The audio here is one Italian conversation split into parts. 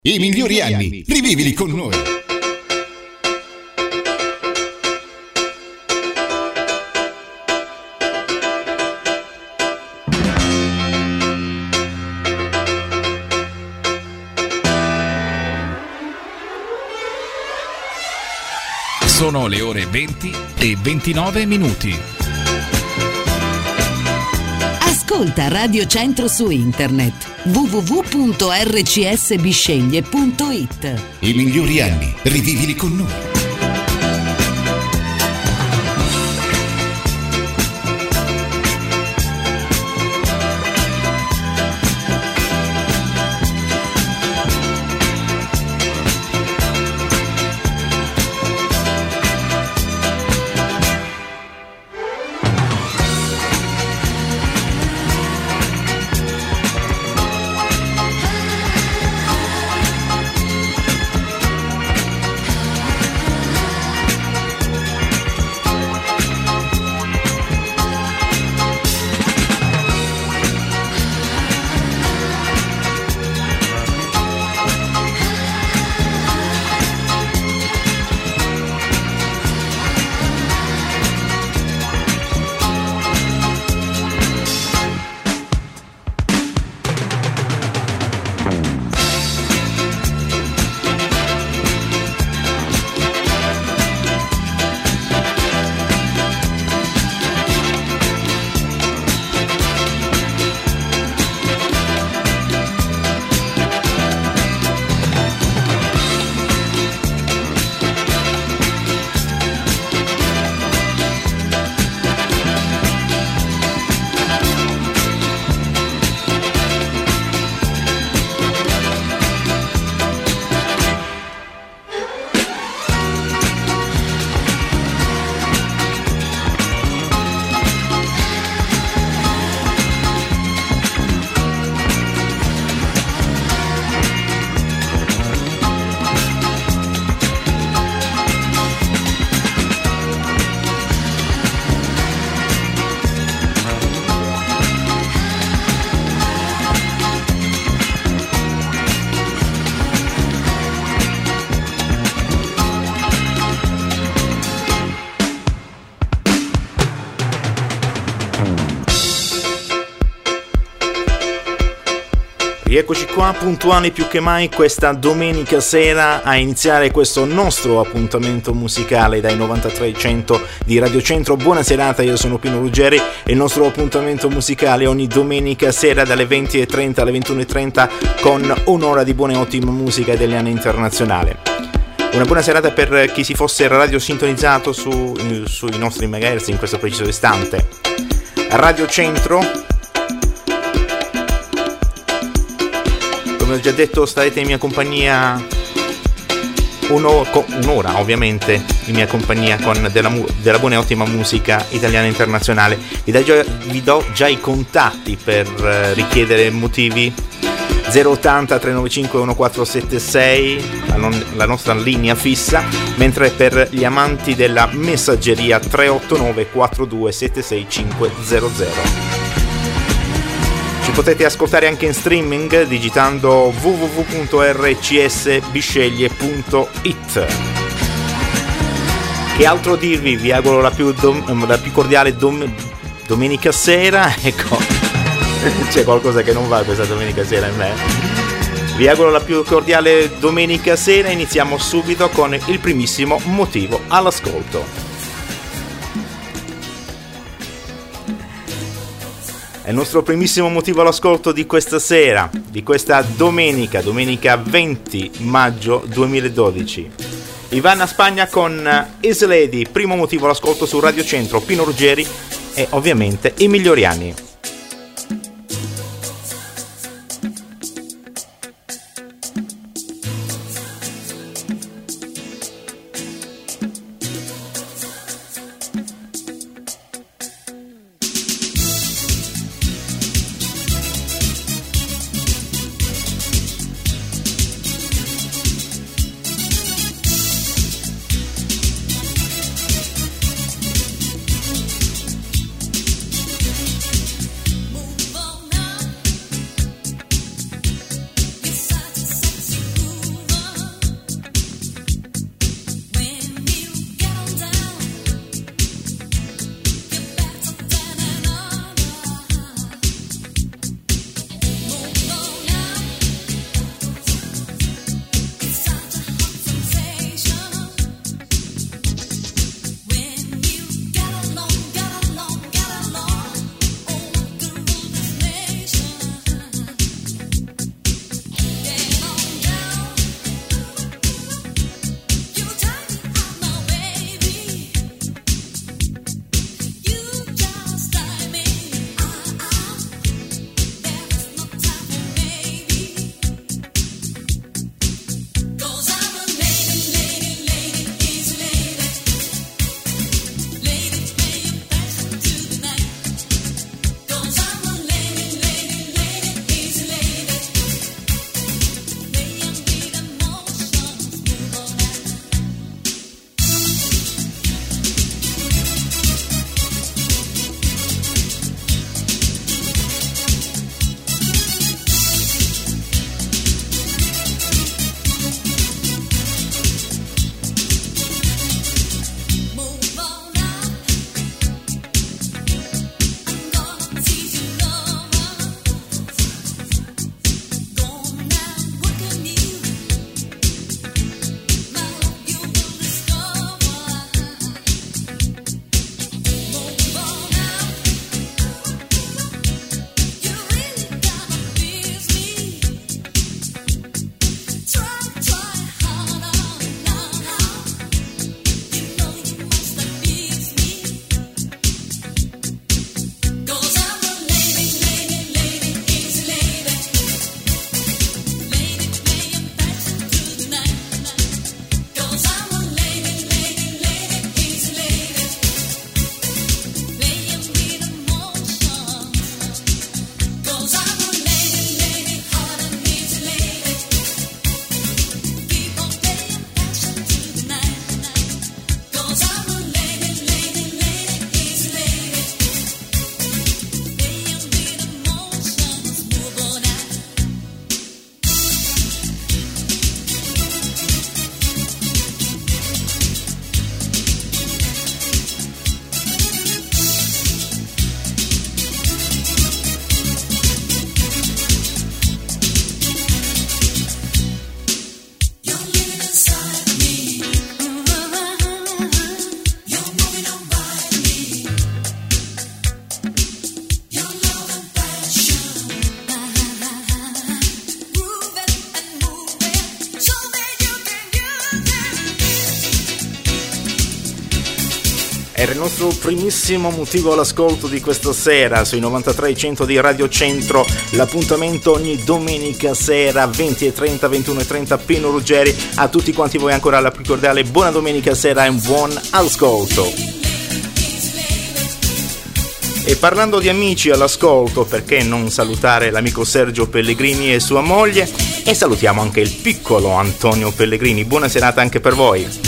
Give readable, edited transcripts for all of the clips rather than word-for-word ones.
I migliori anni, rivivili con noi. Sono le ore 20 e 29 minuti. Ascolta Radio Centro su internet www.rcsbisceglie.it. I migliori anni, rivivili con noi. Rieccoci qua, puntuali più che mai questa domenica sera a iniziare questo nostro appuntamento musicale dai 93.100 di Radio Centro. Buona serata, io sono Pino Ruggeri e il nostro appuntamento musicale ogni domenica sera dalle 20.30 alle 21.30 con un'ora di buona e ottima musica italiana e internazionale. Una buona serata per chi si fosse radio sintonizzato sui nostri megahertz in questo preciso istante. Radio Centro, come ho già detto, starete in mia compagnia un'ora ovviamente in mia compagnia con della buona e ottima musica italiana e internazionale. Vi do già i contatti per richiedere motivi: 080 395 1476, la nostra linea fissa, mentre per gli amanti della messaggeria 389 42 76500. Ci potete ascoltare anche in streaming digitando www.rcsbisceglie.it. Che altro dirvi? Vi auguro la più cordiale domenica sera. Ecco, c'è qualcosa che non va questa domenica sera in me. Vi auguro la più cordiale domenica sera. Iniziamo subito con il primissimo motivo all'ascolto. Il nostro primissimo motivo all'ascolto di questa sera, di questa domenica 20 maggio 2012. Ivana Spagna con Easy Lady, primo motivo all'ascolto su Radio Centro, Pino Ruggeri e ovviamente i migliori anni. Era il nostro primissimo motivo all'ascolto di questa sera sui 93.100 di Radio Centro. L'appuntamento ogni domenica sera 20:30, 21:30. Pino Ruggeri, a tutti quanti voi ancora la più cordiale buona domenica sera e un buon ascolto. E parlando di amici all'ascolto, perché non salutare l'amico Sergio Pellegrini e sua moglie, e salutiamo anche il piccolo Antonio Pellegrini. Buona serata anche per voi.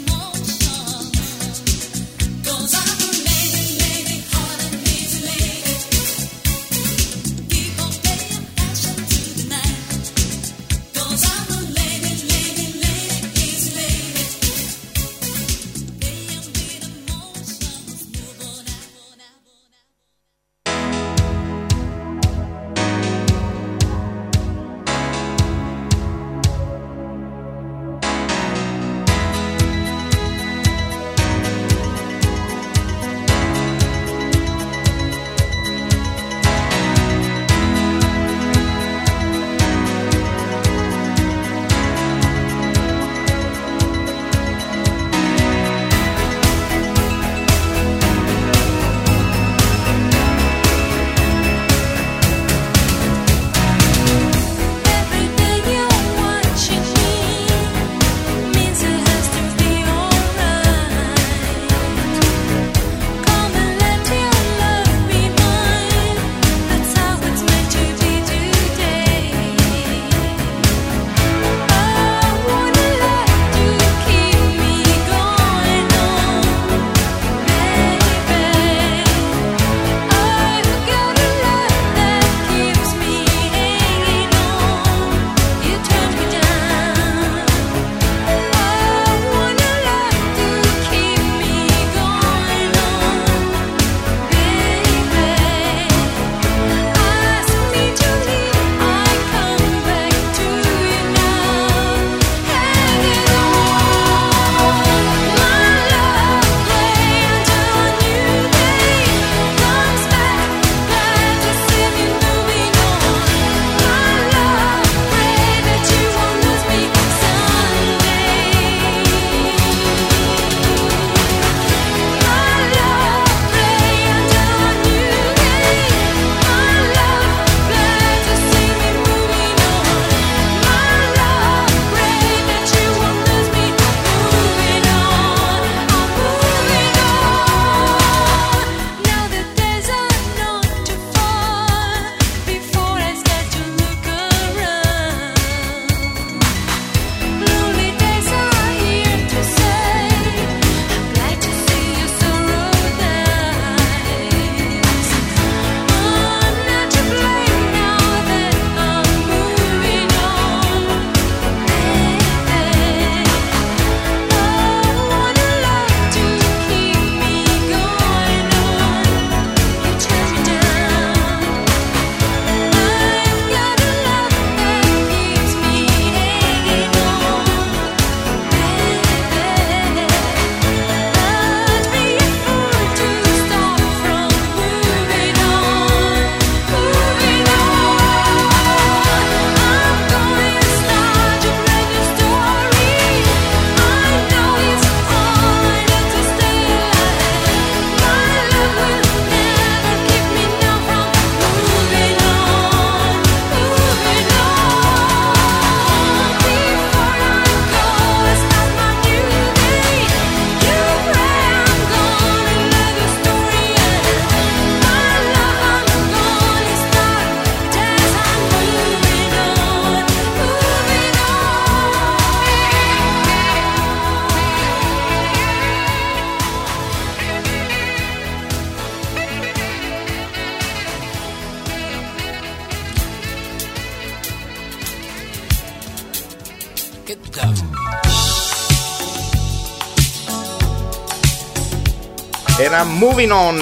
Era Moving On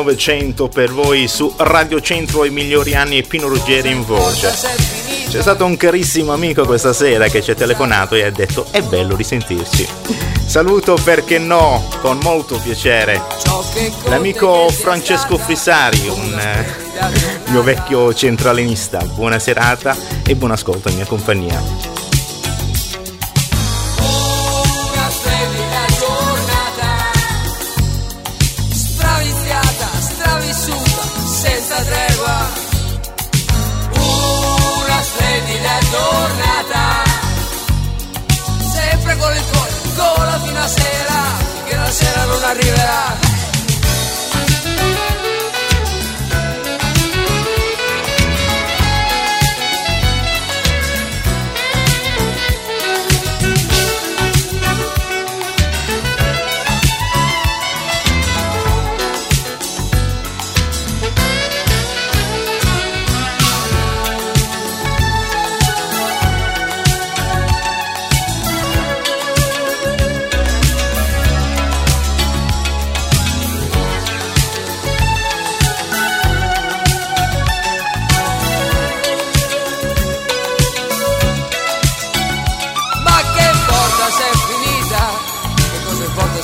900 per voi su Radio Centro, i migliori anni e Pino Ruggeri in voce. C'è stato un carissimo amico questa sera che ci ha telefonato e ha detto è bello risentirci. Saluto, perché no, con molto piacere, l'amico Francesco Frisari, un mio vecchio centralinista. Buona serata e buon ascolto in mia compagnia.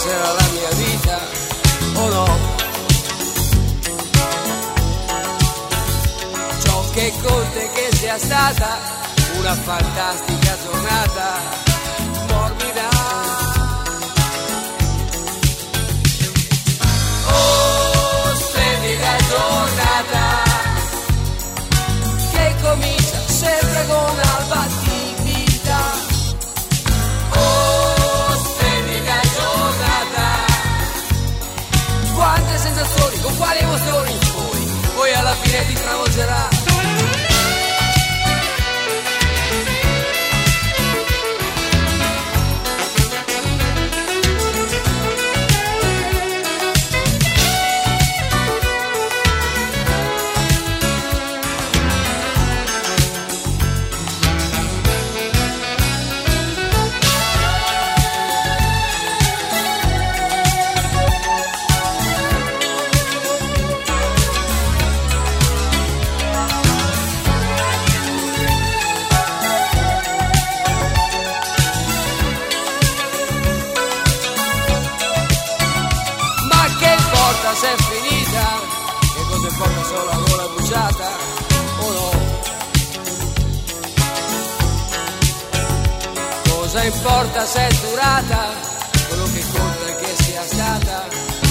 passerà la mia vita o no. Ciò che conta è che sia stata una fantastica giornata morbida. Oh, splendida giornata che comincia sempre con alba di vita. Oh, splendida giornata, quante sensazioni, con quali emozioni poi alla fine ti travolgerà. Se è finita, che cosa importa solo la gola bruciata o no? Cosa importa se è durata, quello che conta è che sia stata.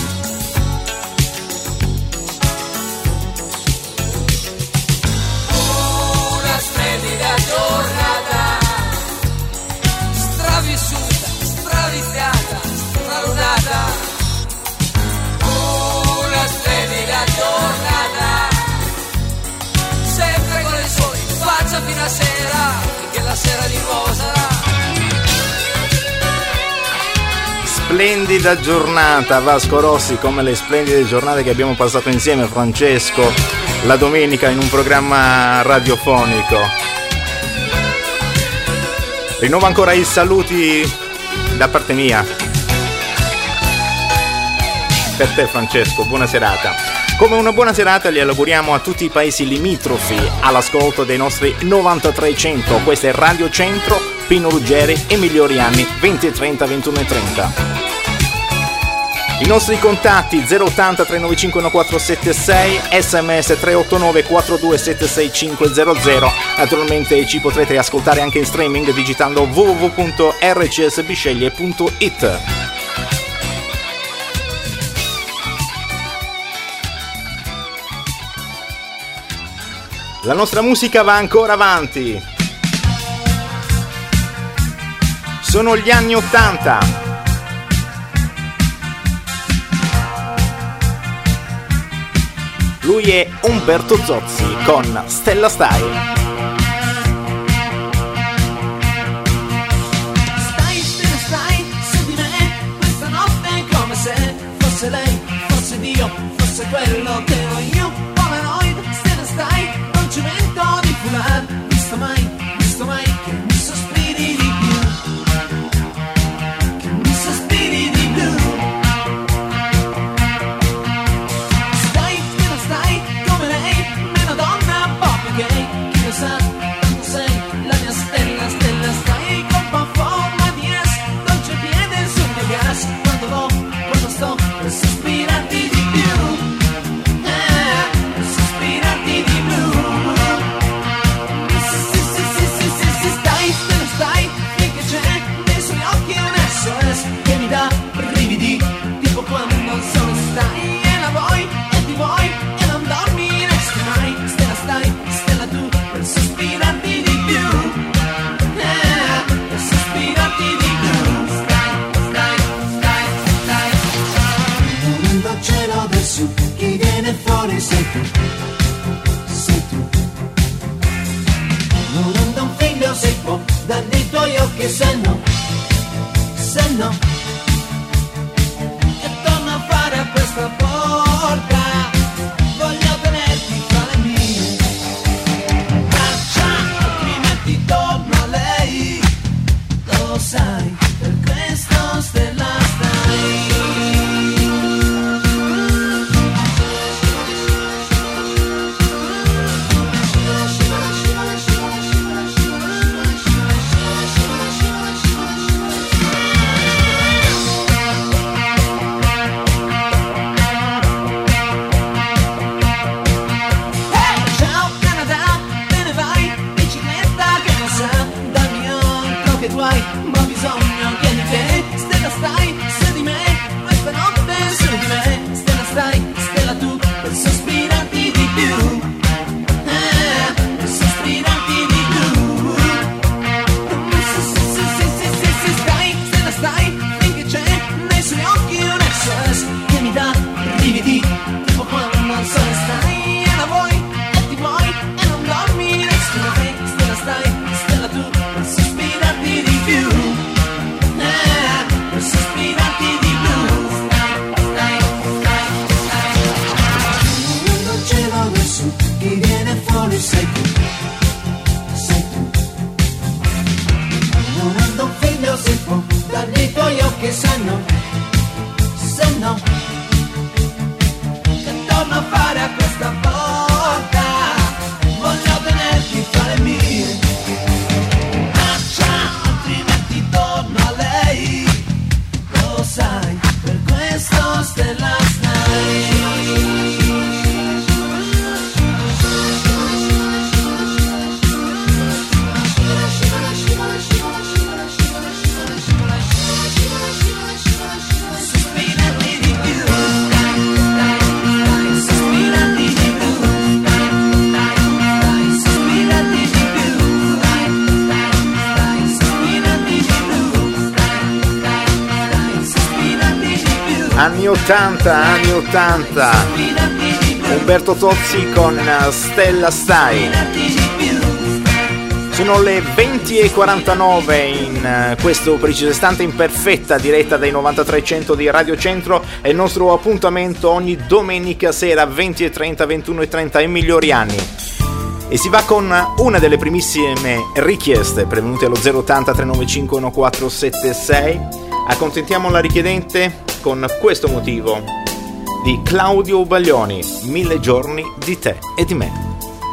Una splendida giornata, stravissuta, straviziata, stralunata. Splendida giornata, sempre con il sole in faccia fino a sera, perché la sera di nuovo sarà. Splendida giornata, Vasco Rossi, come le splendide giornate che abbiamo passato insieme, Francesco, la domenica in un programma radiofonico. Rinnovo ancora i saluti da parte mia. Per te Francesco, buona serata. Come una buona serata li auguriamo a tutti i paesi limitrofi all'ascolto dei nostri 9300. Questa è Radio Centro, Pino Ruggeri, Emilio Oriani, 2030 21:30. I nostri contatti 080 395 1476, sms 389 4276 500. Naturalmente ci potrete ascoltare anche in streaming digitando www.rcsbisceglie.it. La nostra musica va ancora avanti. Sono gli anni 80. Lui è Umberto Zozzi con Stella Stai. Stai su di me questa notte, come se fosse lei, fosse Dio, fosse quello che ho io. Polaroid, Stella Stai. Cemento di foulard, visto mai che mi sospiri di più, che mi sospiri di blu. Stai come lei, meno donna, poco gay, chi lo sa, tanto sei la mia stella, stella stai, colpa forma di S, dolce piede sul mio gas, quando sto per sospirarti di più, per sospirarti di blu. Che mi dà brividi, tipo quando solo stai e la vuoi e ti vuoi e non dormi, resti mai. Stella stai, stella tu, per sospirarti di più, per sospirarti di più. Stai. Nel cielo del sud, chi viene fuori sei tu. Non anda un figlio, sei può, dai tuoi occhi se no. E torna a fare a questa porta, voglio tenerti fra le mie braccia, altrimenti torno a lei, lo sai, per questo Stella stai. che tu hai, ma ho bisogno che di te. Stella stai su di me, questa notte su di me. Stella stai, stella tu, per sospirarti di più, per sospirarti di più. Se stai, stella stai, finché c'è nei suoi occhi un SOS che mi dà brividi, tipo quando non so stai e la vuoi e ti vuoi e non dormi. Stella te, stella stai, stella tu, per sospirarti di più, per sospirarti di più. Stai, stai, stai, stai. Non ce l'ho nessuno, chi viene fuori sei tu, sei tu. Non ando un figlio si può dargli i tuoi occhi se no, che torno a fare a questa volta, voglio tenerti fra le mie braccia, altrimenti torno a lei, lo sai, per questo stella stai. Anni 80, Umberto Tozzi con Stella Stai. Sono le 20:49 in questo preciso istante, in perfetta diretta dai 93.100 di Radio Centro. È il nostro appuntamento ogni domenica sera 20:30, 21:30 ai migliori anni. E si va con una delle primissime richieste pervenute allo 080 395 1476. Accontentiamo la richiedente con questo motivo di Claudio Baglioni, 1000 giorni di te e di me.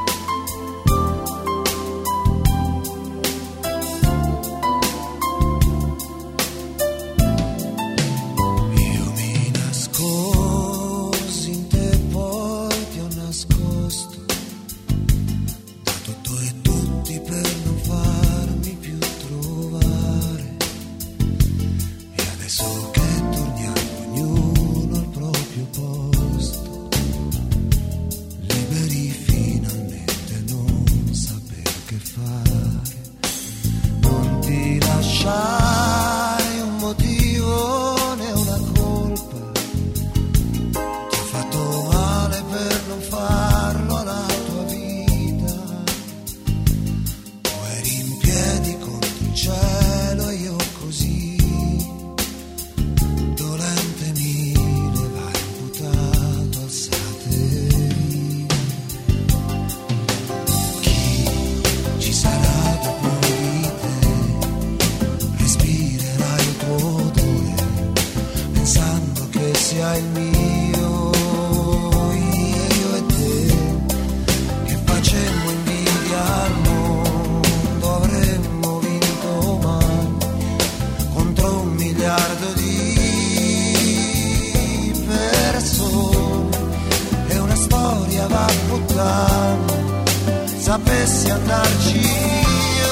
Io mi nascosi in te, poi ti ho nascosto da tutto e tutti per non farmi più trovare. E adesso che ognuno al proprio posto, liberi finalmente, non saper che fare. Non ti lasciare un motivo né una colpa, ti ho fatto male per non farlo alla tua vita. Tu eri in piedi contro il cielo e io così, dolente mi levai imputato, alzate via. Chi ci sarà dopo di te? Respirerai il tuo odore, pensando che sia il mio. Io e te, che facemmo invidia al mondo, avremmo vinto mai contro 1 miliardo di persone. E una storia va a puttana, sapessi andarci io.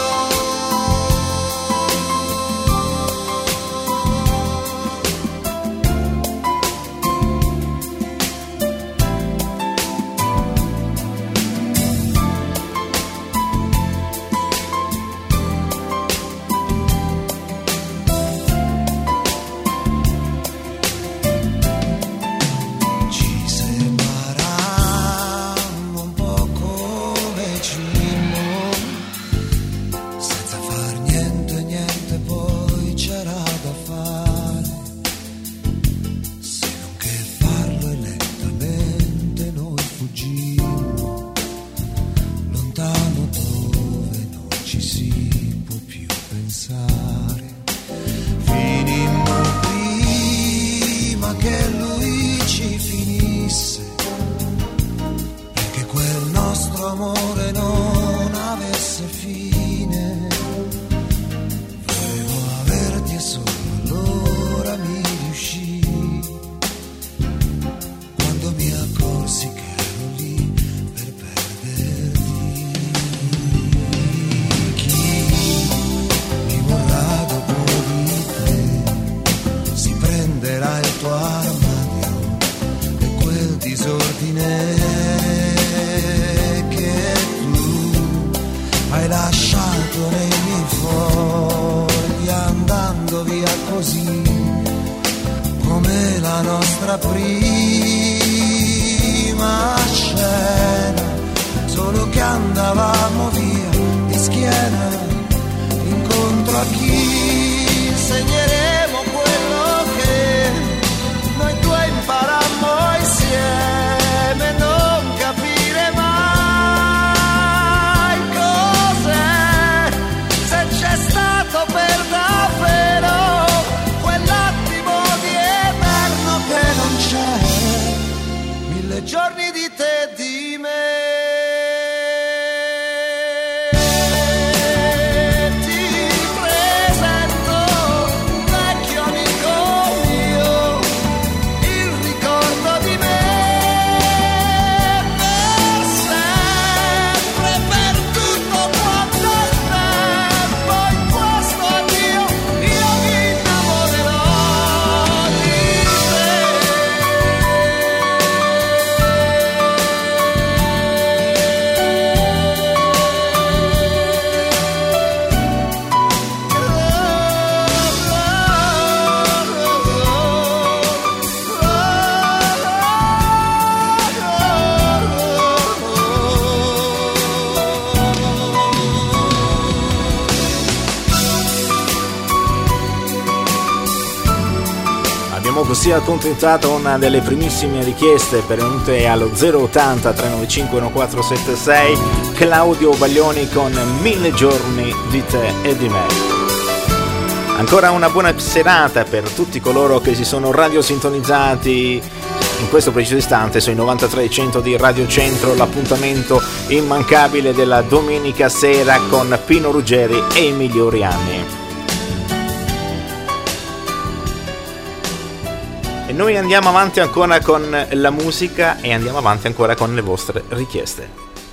nostra prima scena, solo che andavamo via di schiena, incontro a chi insegneremo quello che noi due imparammo insieme, non capire mai cos'è, se c'è stato per davvero quell'attimo di eterno che non c'è, 1000 giorni di te e di me. Così accontentato una delle primissime richieste pervenute allo 080 395 1476, Claudio Baglioni con 1000 giorni di te e di me. Ancora una buona serata per tutti coloro che si sono radiosintonizzati in questo preciso istante sui 93.100 di Radio Centro, l'appuntamento immancabile della domenica sera con Pino Ruggeri e i migliori anni. E noi andiamo avanti ancora con la musica e andiamo avanti ancora con le vostre richieste.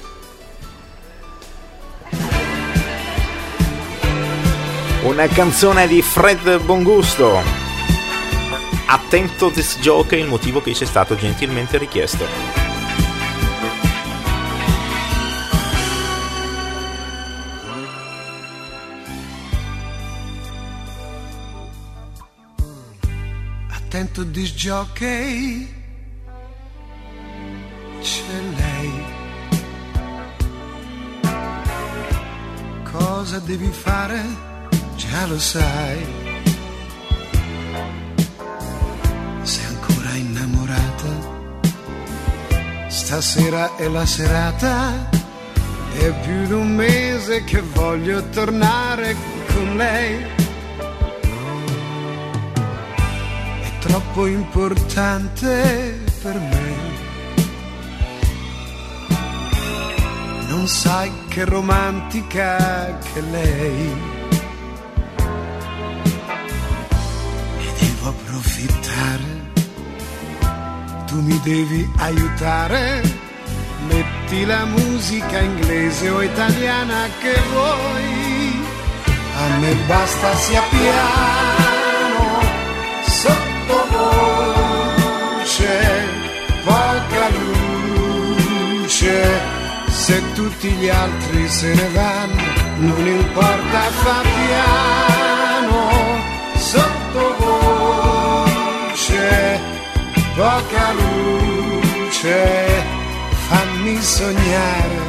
Una canzone di Fred Bongusto, Attento disc jockey, il motivo che ci è stato gentilmente richiesto. Attento disc jockey, c'è lei. Cosa devi fare? Già lo sai. Sei ancora innamorata? Stasera è la serata. È più di un mese che voglio tornare con lei. Troppo importante per me. Non sai che romantica che lei. E devo approfittare. Tu mi devi aiutare. Metti la musica inglese o italiana che vuoi. A me basta sia piano, sottovoce, poca luce. Se tutti gli altri se ne vanno, non importa, fa piano, sottovoce, poca luce, fammi sognare.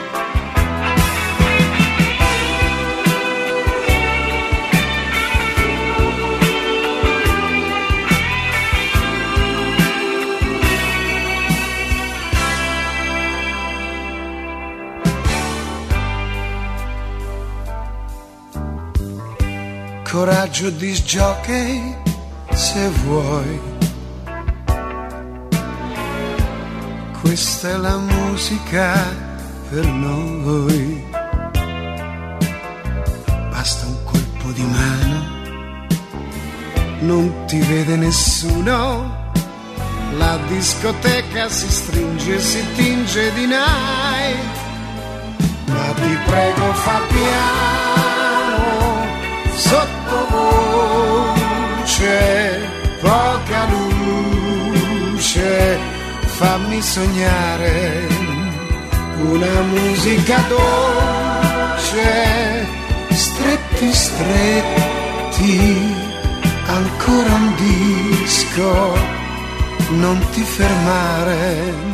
Coraggio disc jockey, se vuoi. Questa è la musica per noi. Basta un colpo di mano, non ti vede nessuno. La discoteca si stringe, si tinge di night. Ma ti prego, fa piano, sottovoce, poca luce, fammi sognare una musica dolce. Stretti, stretti, ancora un disco non ti fermare.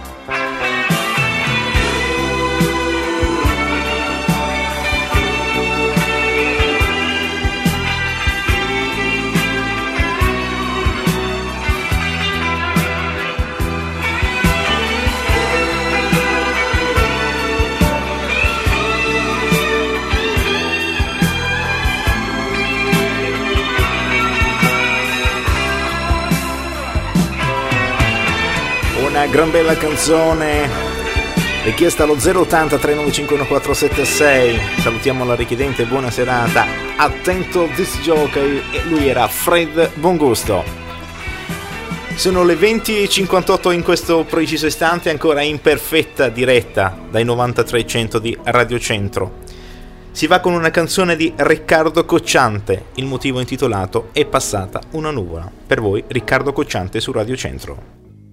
Una gran bella canzone richiesta allo 080 395 1476. Salutiamo la richiedente, buona serata. Attento disc jockey, e lui era Fred Bongusto. Sono le 20:58 in questo preciso istante, ancora in perfetta diretta dai 93.100 di Radio Centro. Si va con una canzone di Riccardo Cocciante, il motivo intitolato È passata una nuvola. Per voi Riccardo Cocciante su Radio Centro.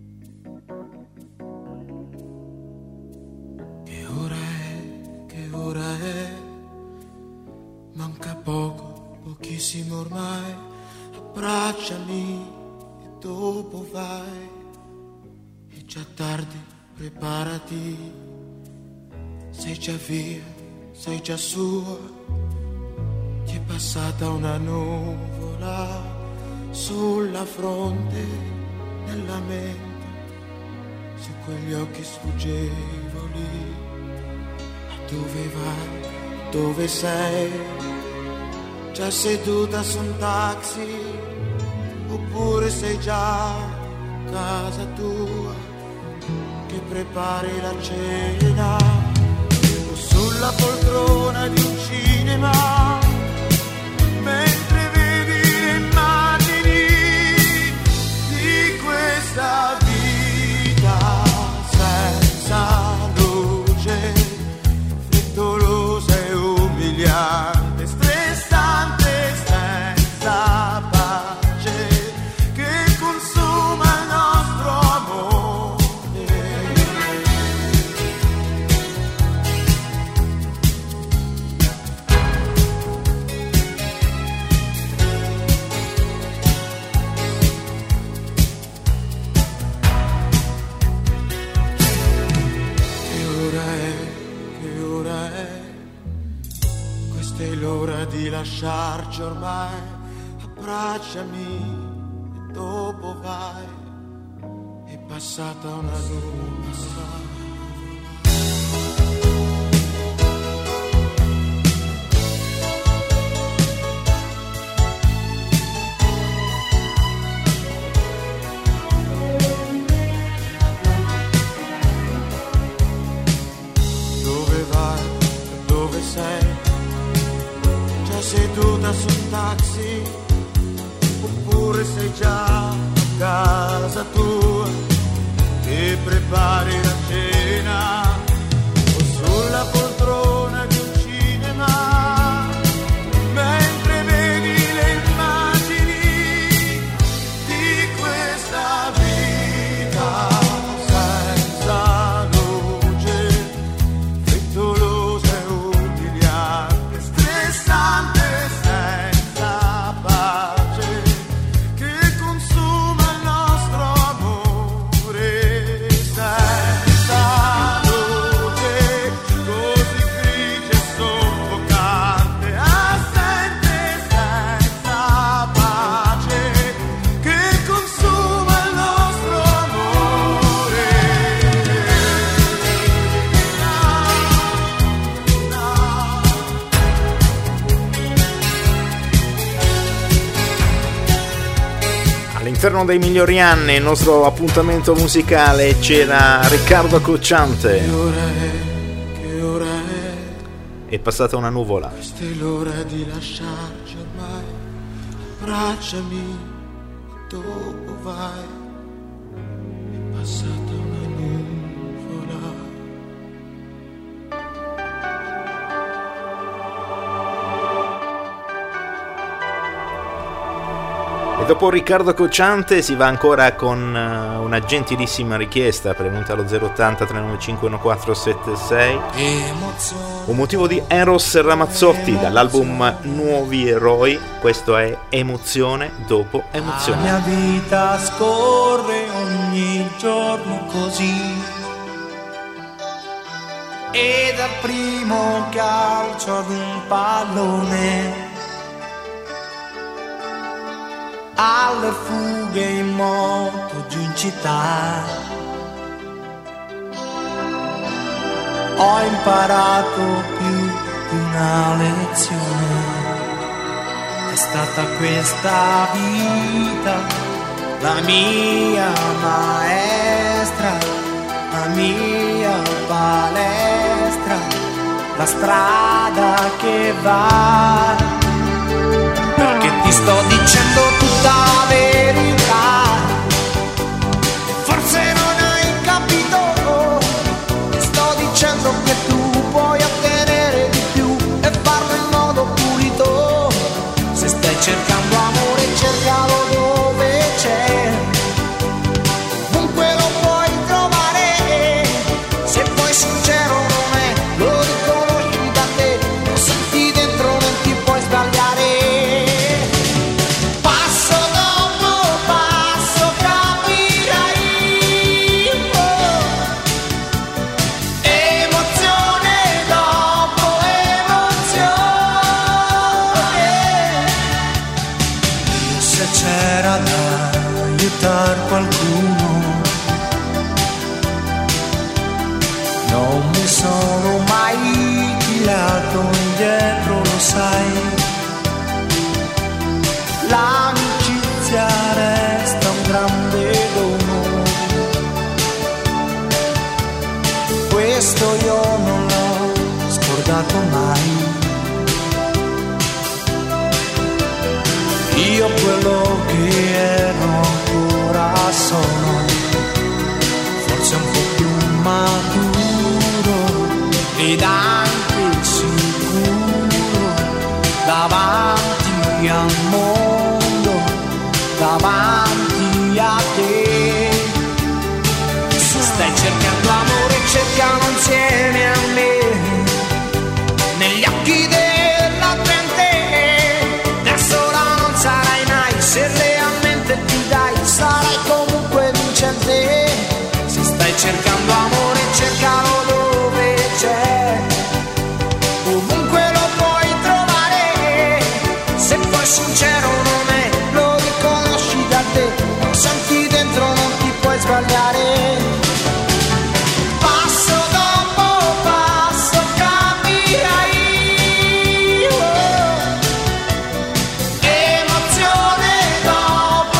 Pochissimo ormai, abbracciami e dopo vai. È già tardi, preparati. Sei già via, sei già sua. Ti è passata una nuvola sulla fronte, nella mente, su quegli occhi sfuggevoli. Ma dove vai? Dove sei? Già seduta su un taxi, oppure sei già a casa tua, che prepari la cena, o sulla poltrona di un cinema, mentre vedi le immagini di questa vita senza luce, frettolosa e umiliante. Di lasciarci ormai, abbracciami e dopo vai. È passata una nuvola. Dove vai? Dove sei? Seduta su un taxi, oppure sei già a casa tua, e prepari la cena, o sulla poltrona di un cinema, mentre vedi le immagini di questa vita senza luce, frettolosa e umiliante, stressante. All'interno dei migliori anni, il nostro appuntamento musicale, c'era Riccardo Cocciante. Che ora È passata una nuvola. Questa è l'ora di lasciarci ormai, abbracciami, dopo vai. È passata una nuvola. E dopo Riccardo Cocciante si va ancora con una gentilissima richiesta prevenuta allo 080 395 1476. Un motivo di Eros Ramazzotti dall'album Nuovi Eroi. Questo è Emozione dopo Emozione. La mia vita scorre ogni giorno così, e dal primo calcio ad un pallone, alle fughe in moto giù in città, ho imparato più di una lezione. È stata questa vita la mia maestra, la mia palestra, la strada che va, perché ti sto dicendo tutta la verità. Forse non hai capito, ti sto dicendo che tu puoi ottenere di più e farlo in modo pulito. Se stai cercando amore, cercalo dove c'è, ovunque lo puoi trovare. Se poi sincero non è, lo riconosci da te, lo senti dentro, non ti puoi sbagliare. Passo dopo passo capirai, emozione dopo emozione. Se c'era da aiutare qualcuno, non mi sono mai tirato indietro, lo sai. L'amicizia resta un grande dono, questo io non l'ho scordato mai. Io quello che ero ancora sono, forse un po' più maturo ed anche sicuro davanti al mondo, davanti a te. Se stai cercando amore, cercalo insieme a me, negli occhi della gente. Da sola non sarai mai, se realmente ti dai sarai comunque vincente. Se stai cercando amore, cercalo dove c'è, ovunque lo puoi trovare. Se poi sincero non è, lo riconosci da te, lo senti dentro, non ti puoi sbagliare. Passo dopo passo capirai, emozione dopo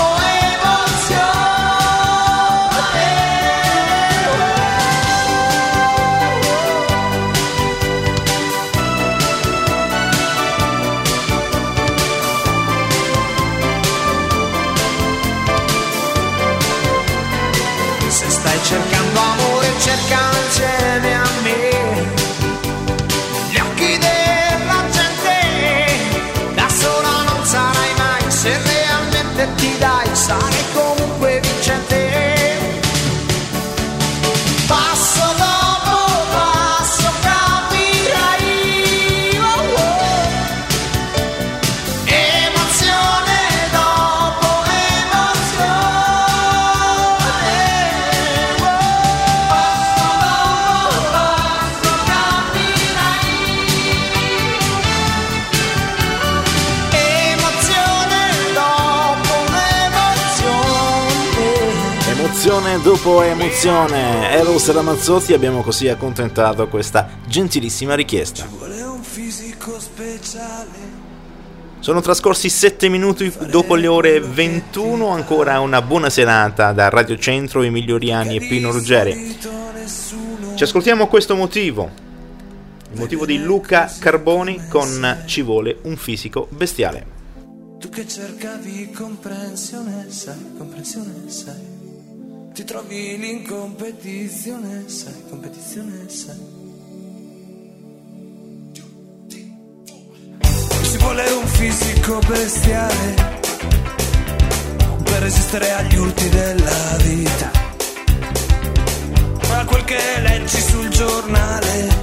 emozione. Se stai cercando amore, cercalo insieme a me, gli occhi della gente. Da sola non sarai mai, se realmente ti dai sarai comunque vincente. Passo dopo passo capirai, emozione dopo emozione. Passo dopo passo capirai, emozione dopo emozione. Emozione dopo emozione. Eros Ramazzotti, abbiamo così accontentato questa gentilissima richiesta. Vuole un fisico speciale. Sono trascorsi 7 minuti dopo le ore 21, ancora una buona serata da Radio Centro, Emilio Riani e Pino Ruggeri. Ci ascoltiamo questo motivo, il motivo di Luca Carboni con Ci vuole un fisico bestiale. Tu che cercavi comprensione, sai, ti trovi lì in competizione, sai. Ci vuole un fisico bestiale resistere agli urti della vita, a quel che leggi sul giornale,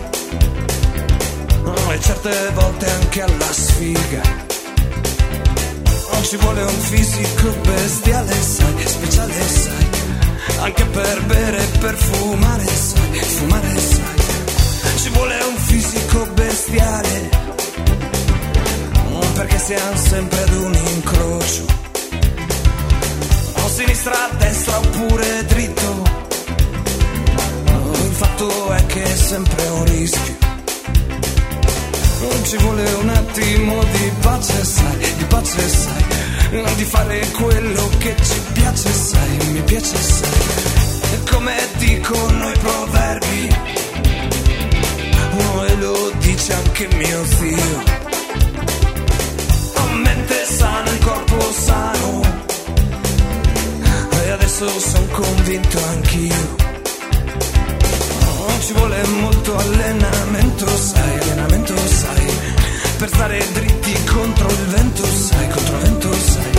e certe volte anche alla sfiga. Non ci vuole un fisico bestiale, sai, speciale, sai, anche per bere e per fumare, sai, fumare, sai. Ci vuole un fisico bestiale, perché siamo sempre ad un incrocio, o sinistra, a destra oppure dritto. Il fatto è che è sempre un rischio. Non ci vuole un attimo di pace, sai, di pace, sai, di fare quello che ci piace, sai, mi piace, sai. Come dicono i proverbi, e lo dice anche mio zio, mente sana, il corpo sano, e adesso sono convinto anch'io. Non ci vuole molto allenamento, sai, per stare dritti contro il vento, sai, contro il vento, sai.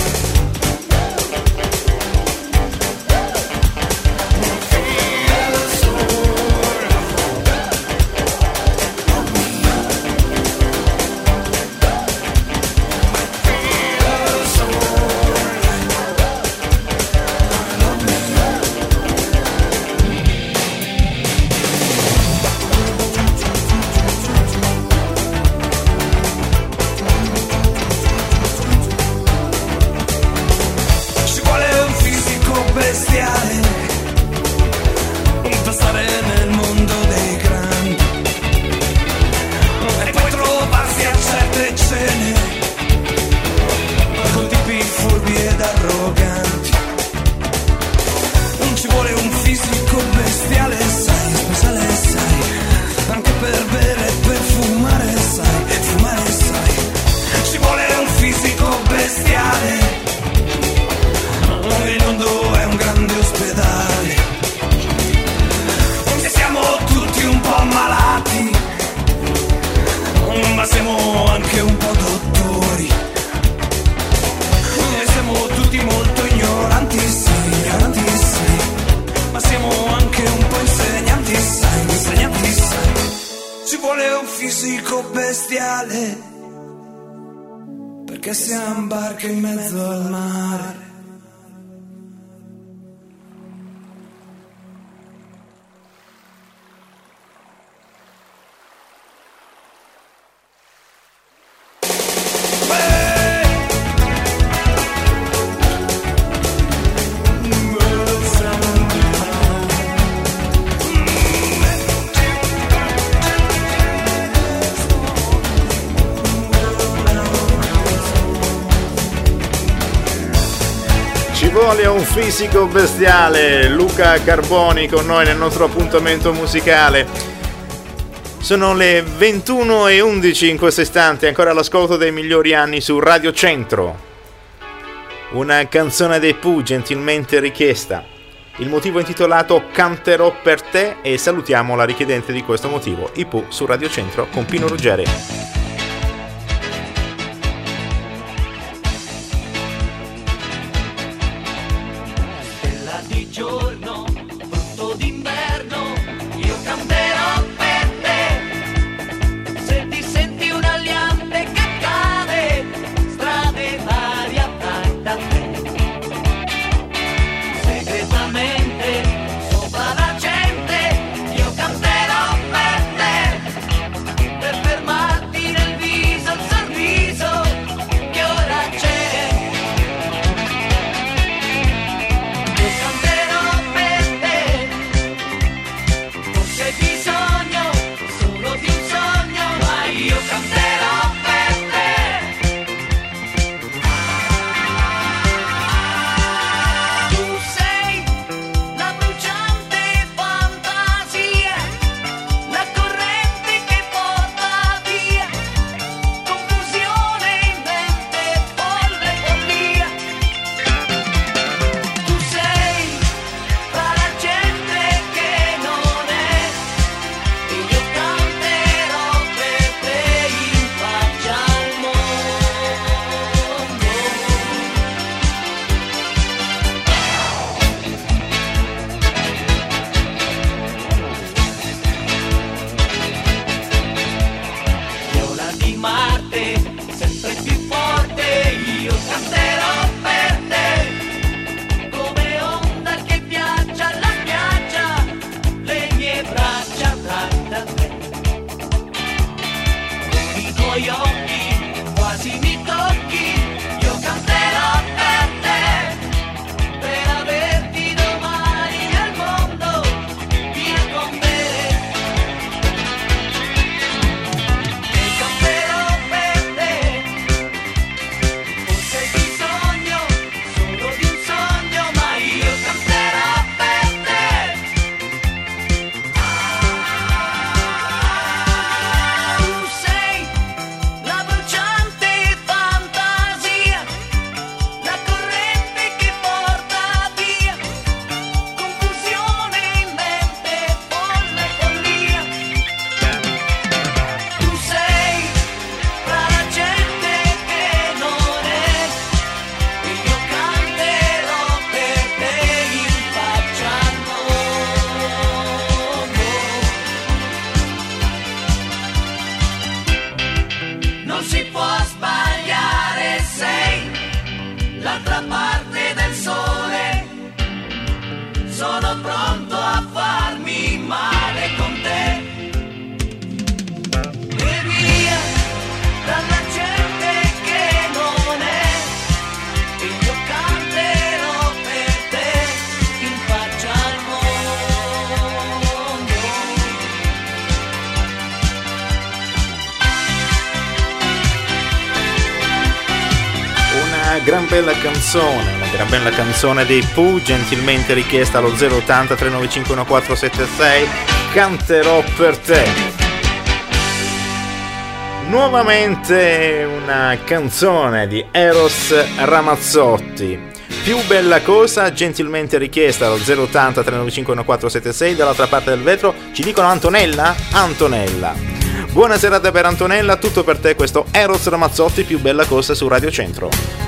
Perché siamo barche in mezzo al mare. Vuole un fisico bestiale. Luca Carboni con noi nel nostro appuntamento musicale. Sono le 21:11 in questo istante, ancora all'ascolto dei migliori anni su Radio Centro. Una canzone dei Pooh gentilmente richiesta. Il motivo è intitolato Canterò per te e salutiamo la richiedente di questo motivo, i Pooh su Radio Centro con Pino Ruggeri. Canterò dall'altra parte del sole. Sono pronto a farmi male con te. E via dalla gente che non è. E io canterò per te in faccia al mondo. Una gran bella canzone dei Pooh, gentilmente richiesta allo 080 395 1476. Canterò per te. Nuovamente una canzone di Eros Ramazzotti, Più bella cosa, gentilmente richiesta allo 080 395 1476. Dall'altra parte del vetro ci dicono Antonella. Buona serata per Antonella, tutto per te questo Eros Ramazzotti, Più bella cosa su Radio Centro.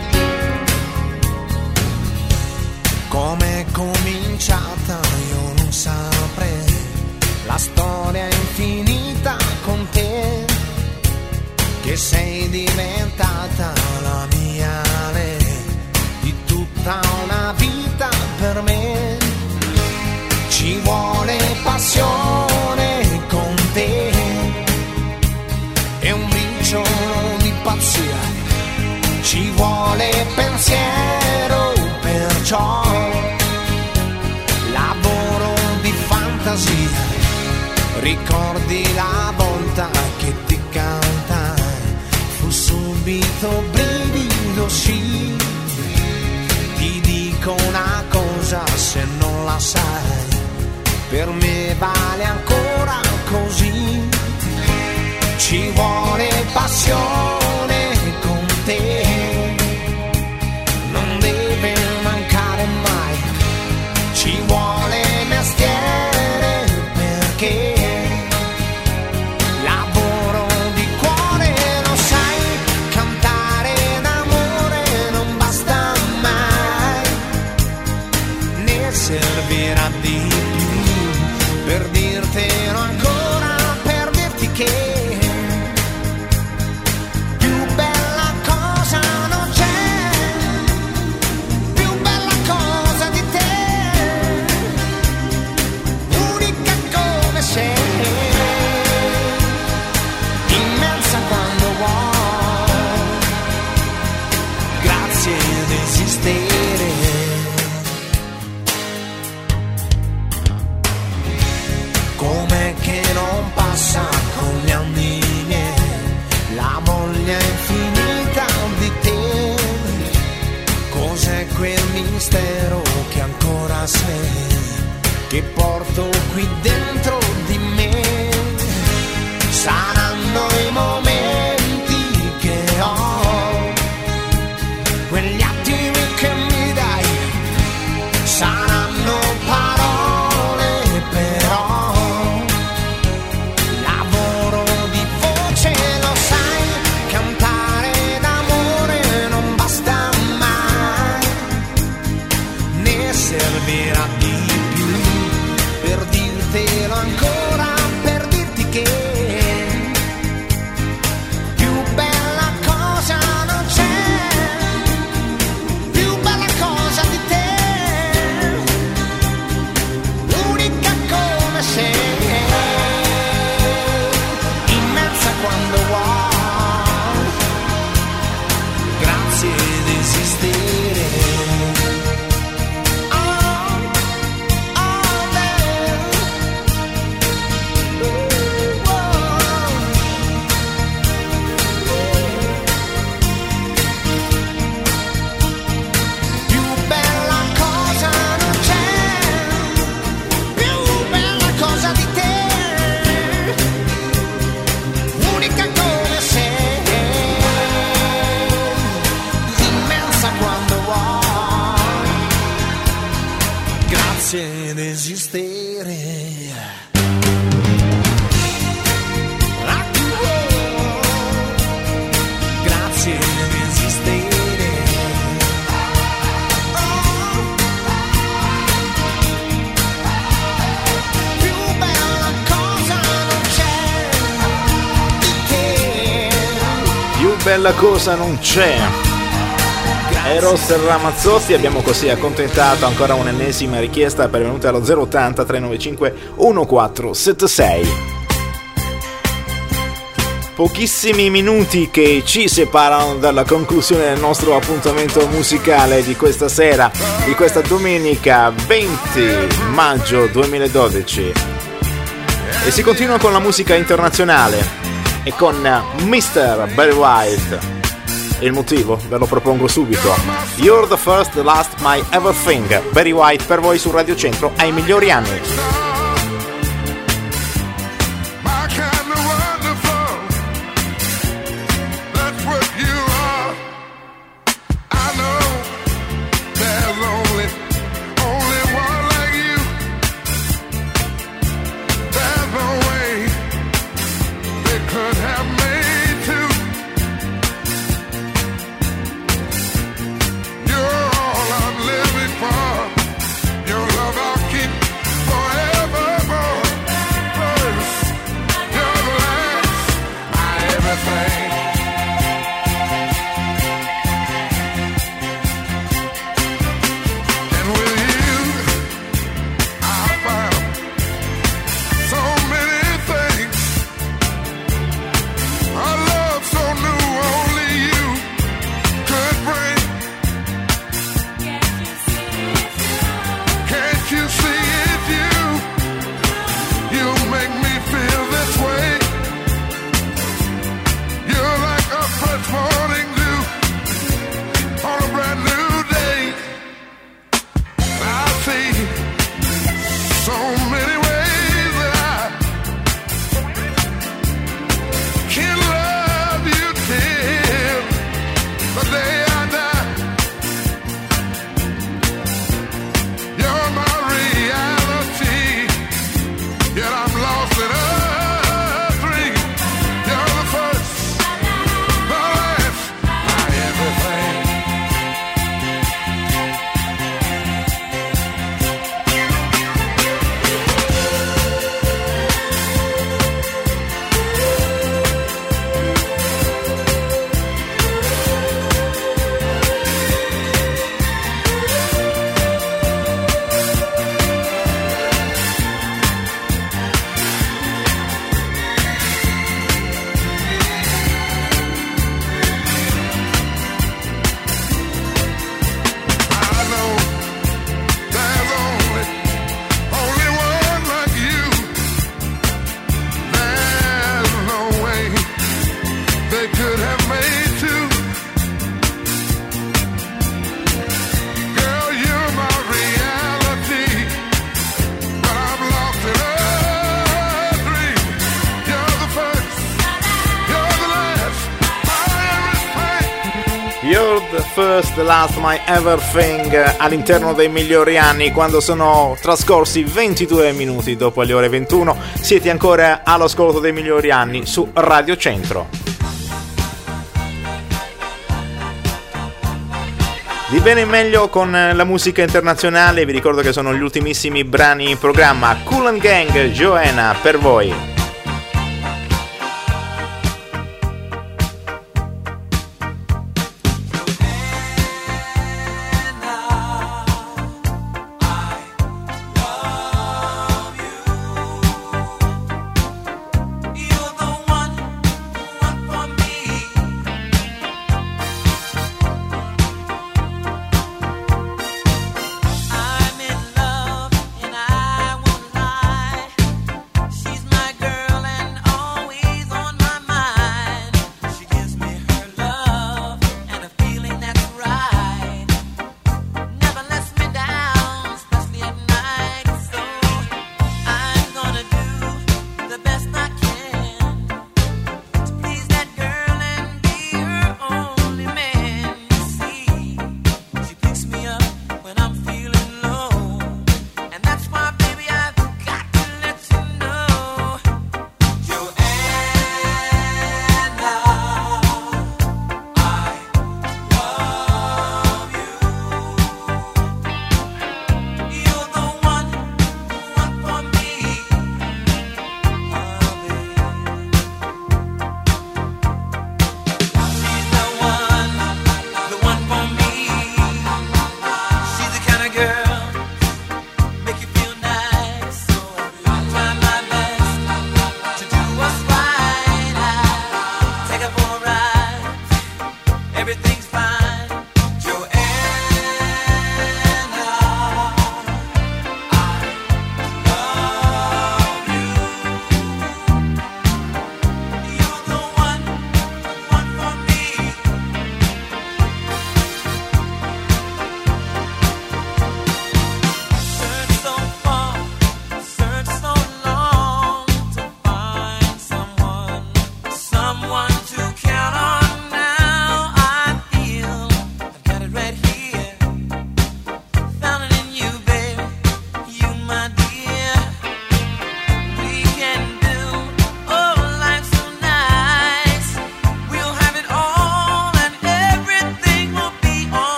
Come è cominciata io non saprei, la storia è infinita con te, che sei diventata la mia lei, di tutta una vita per me. Ci vuole passione con te e un briciolo di pazzia, ci vuole pensiero, perciò lavoro di fantasia. Ricordi la volta che ti cantai, fu subito brivido, sì. Ti dico una cosa, se non la sai, per me vale ancora così. Ci vuole passione con te, non deve mancare mai. Ci vuole mestiere perché lavoro di cuore, lo sai, cantare d'amore non basta mai, ne servirà di più per dirtelo ancora, per dirti che com'è che non passa con gli anni miei la voglia infinita di te. Cos'è quel mistero che ancora sei, che porto qui dentro di me? Saranno i momenti che ho, quegli attimi che mi dai, saranno parole però, lavoro di voce, lo sai, cantare d'amore non basta mai, ne servirà di più per dirtelo ancora, per dirti che più bella cosa non c'è, più bella cosa di te, unica come sei, immensa quando vuoi, grazie di esistere. Più bella cosa non c'è, più bella cosa di te, unica come sei, immensa quando vuoi, grazie di esistere. Grazie di esistere. Più bella cosa non c'è di te. Più bella cosa non c'è. Eros Ramazzotti. Abbiamo così accontentato ancora un'ennesima richiesta pervenuta allo 080 395 1476. Pochissimi minuti che ci separano dalla conclusione del nostro appuntamento musicale di questa sera, di questa domenica 20 maggio 2012. E si continua con la musica internazionale e con Mr. Barry White. Il motivo ve lo propongo subito. You're the first, the last, my everything. Barry White per voi su Radio Centro ai migliori anni. First, the last, my everything all'interno dei migliori anni, quando sono trascorsi 22 minuti dopo le ore 21. Siete ancora all'ascolto dei migliori anni su Radio Centro. Di bene in meglio con la musica internazionale. Vi ricordo che sono gli ultimissimi brani in programma. Kool and Gang, Joanna per voi. I'm in love and I won't lie. She's my girl.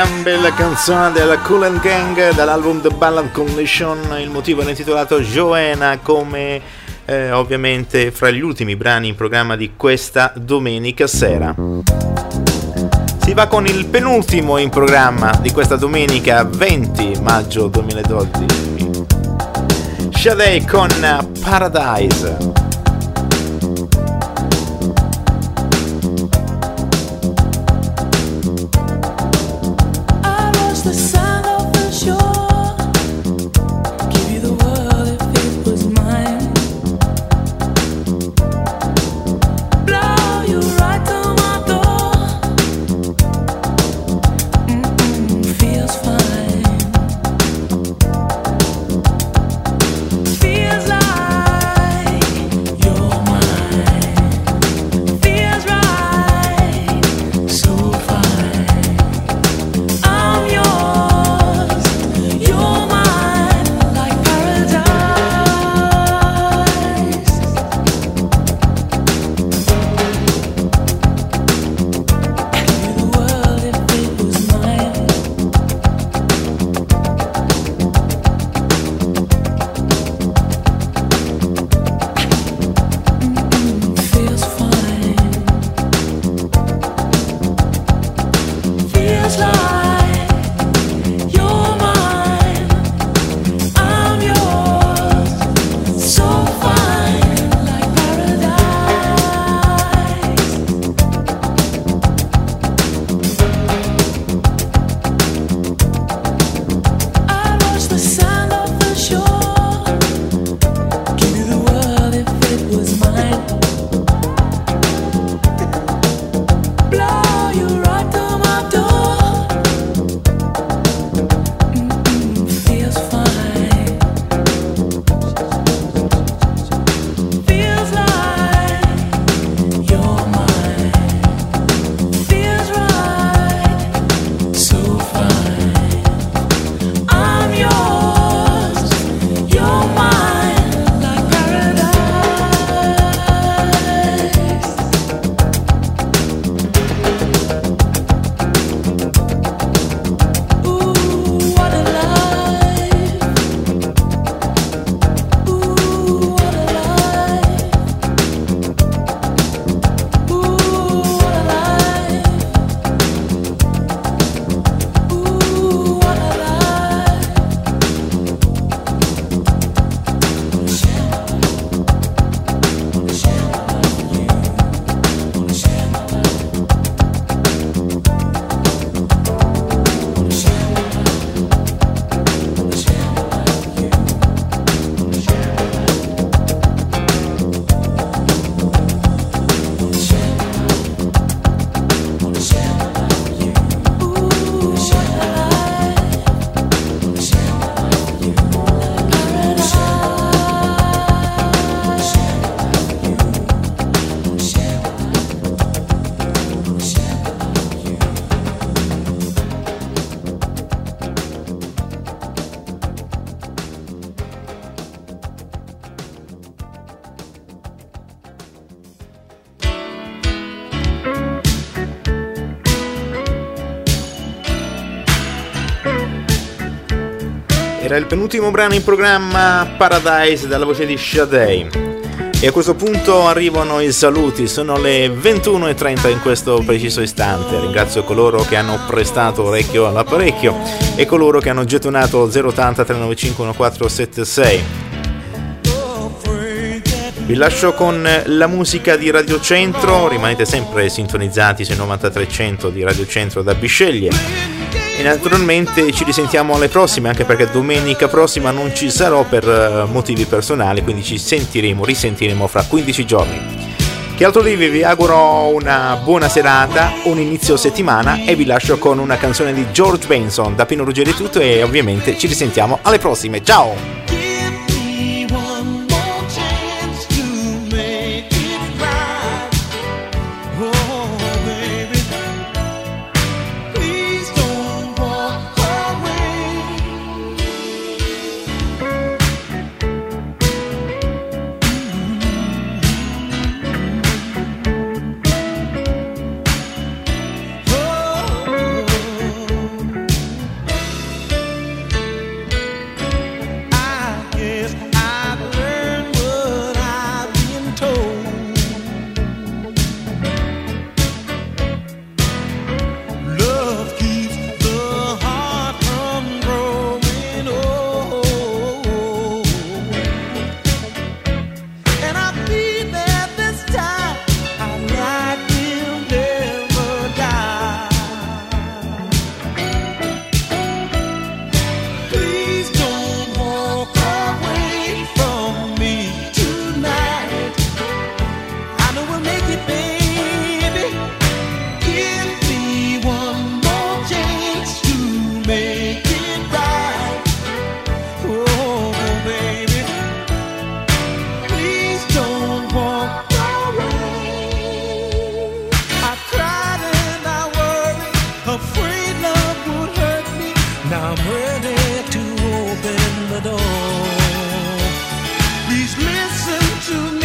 gran bella canzone della Kool and Gang dall'album The Ballad Condition. Il motivo era intitolato Joanna, come ovviamente fra gli ultimi brani in programma di questa domenica sera. Si va con il penultimo in programma di questa domenica 20 maggio 2012. Sade con Paradise. Era il penultimo brano in programma, Paradise, dalla voce di Sade. E a questo punto arrivano i saluti, sono le 21:30 in questo preciso istante. Ringrazio coloro che hanno prestato orecchio all'apparecchio e coloro che hanno gettonato 080 395 1476. Vi lascio con la musica di Radio Centro, rimanete sempre sintonizzati sui 9300 di Radio Centro da Bisceglie. E naturalmente ci risentiamo alle prossime, anche perché domenica prossima non ci sarò per motivi personali, quindi ci risentiremo fra 15 giorni. Che altro dirvi? Vi auguro una buona serata, un inizio settimana e vi lascio con una canzone di George Benson. Da Pino Ruggeri è tutto e ovviamente ci risentiamo alle prossime. Ciao! ready to open the door. Please listen to me.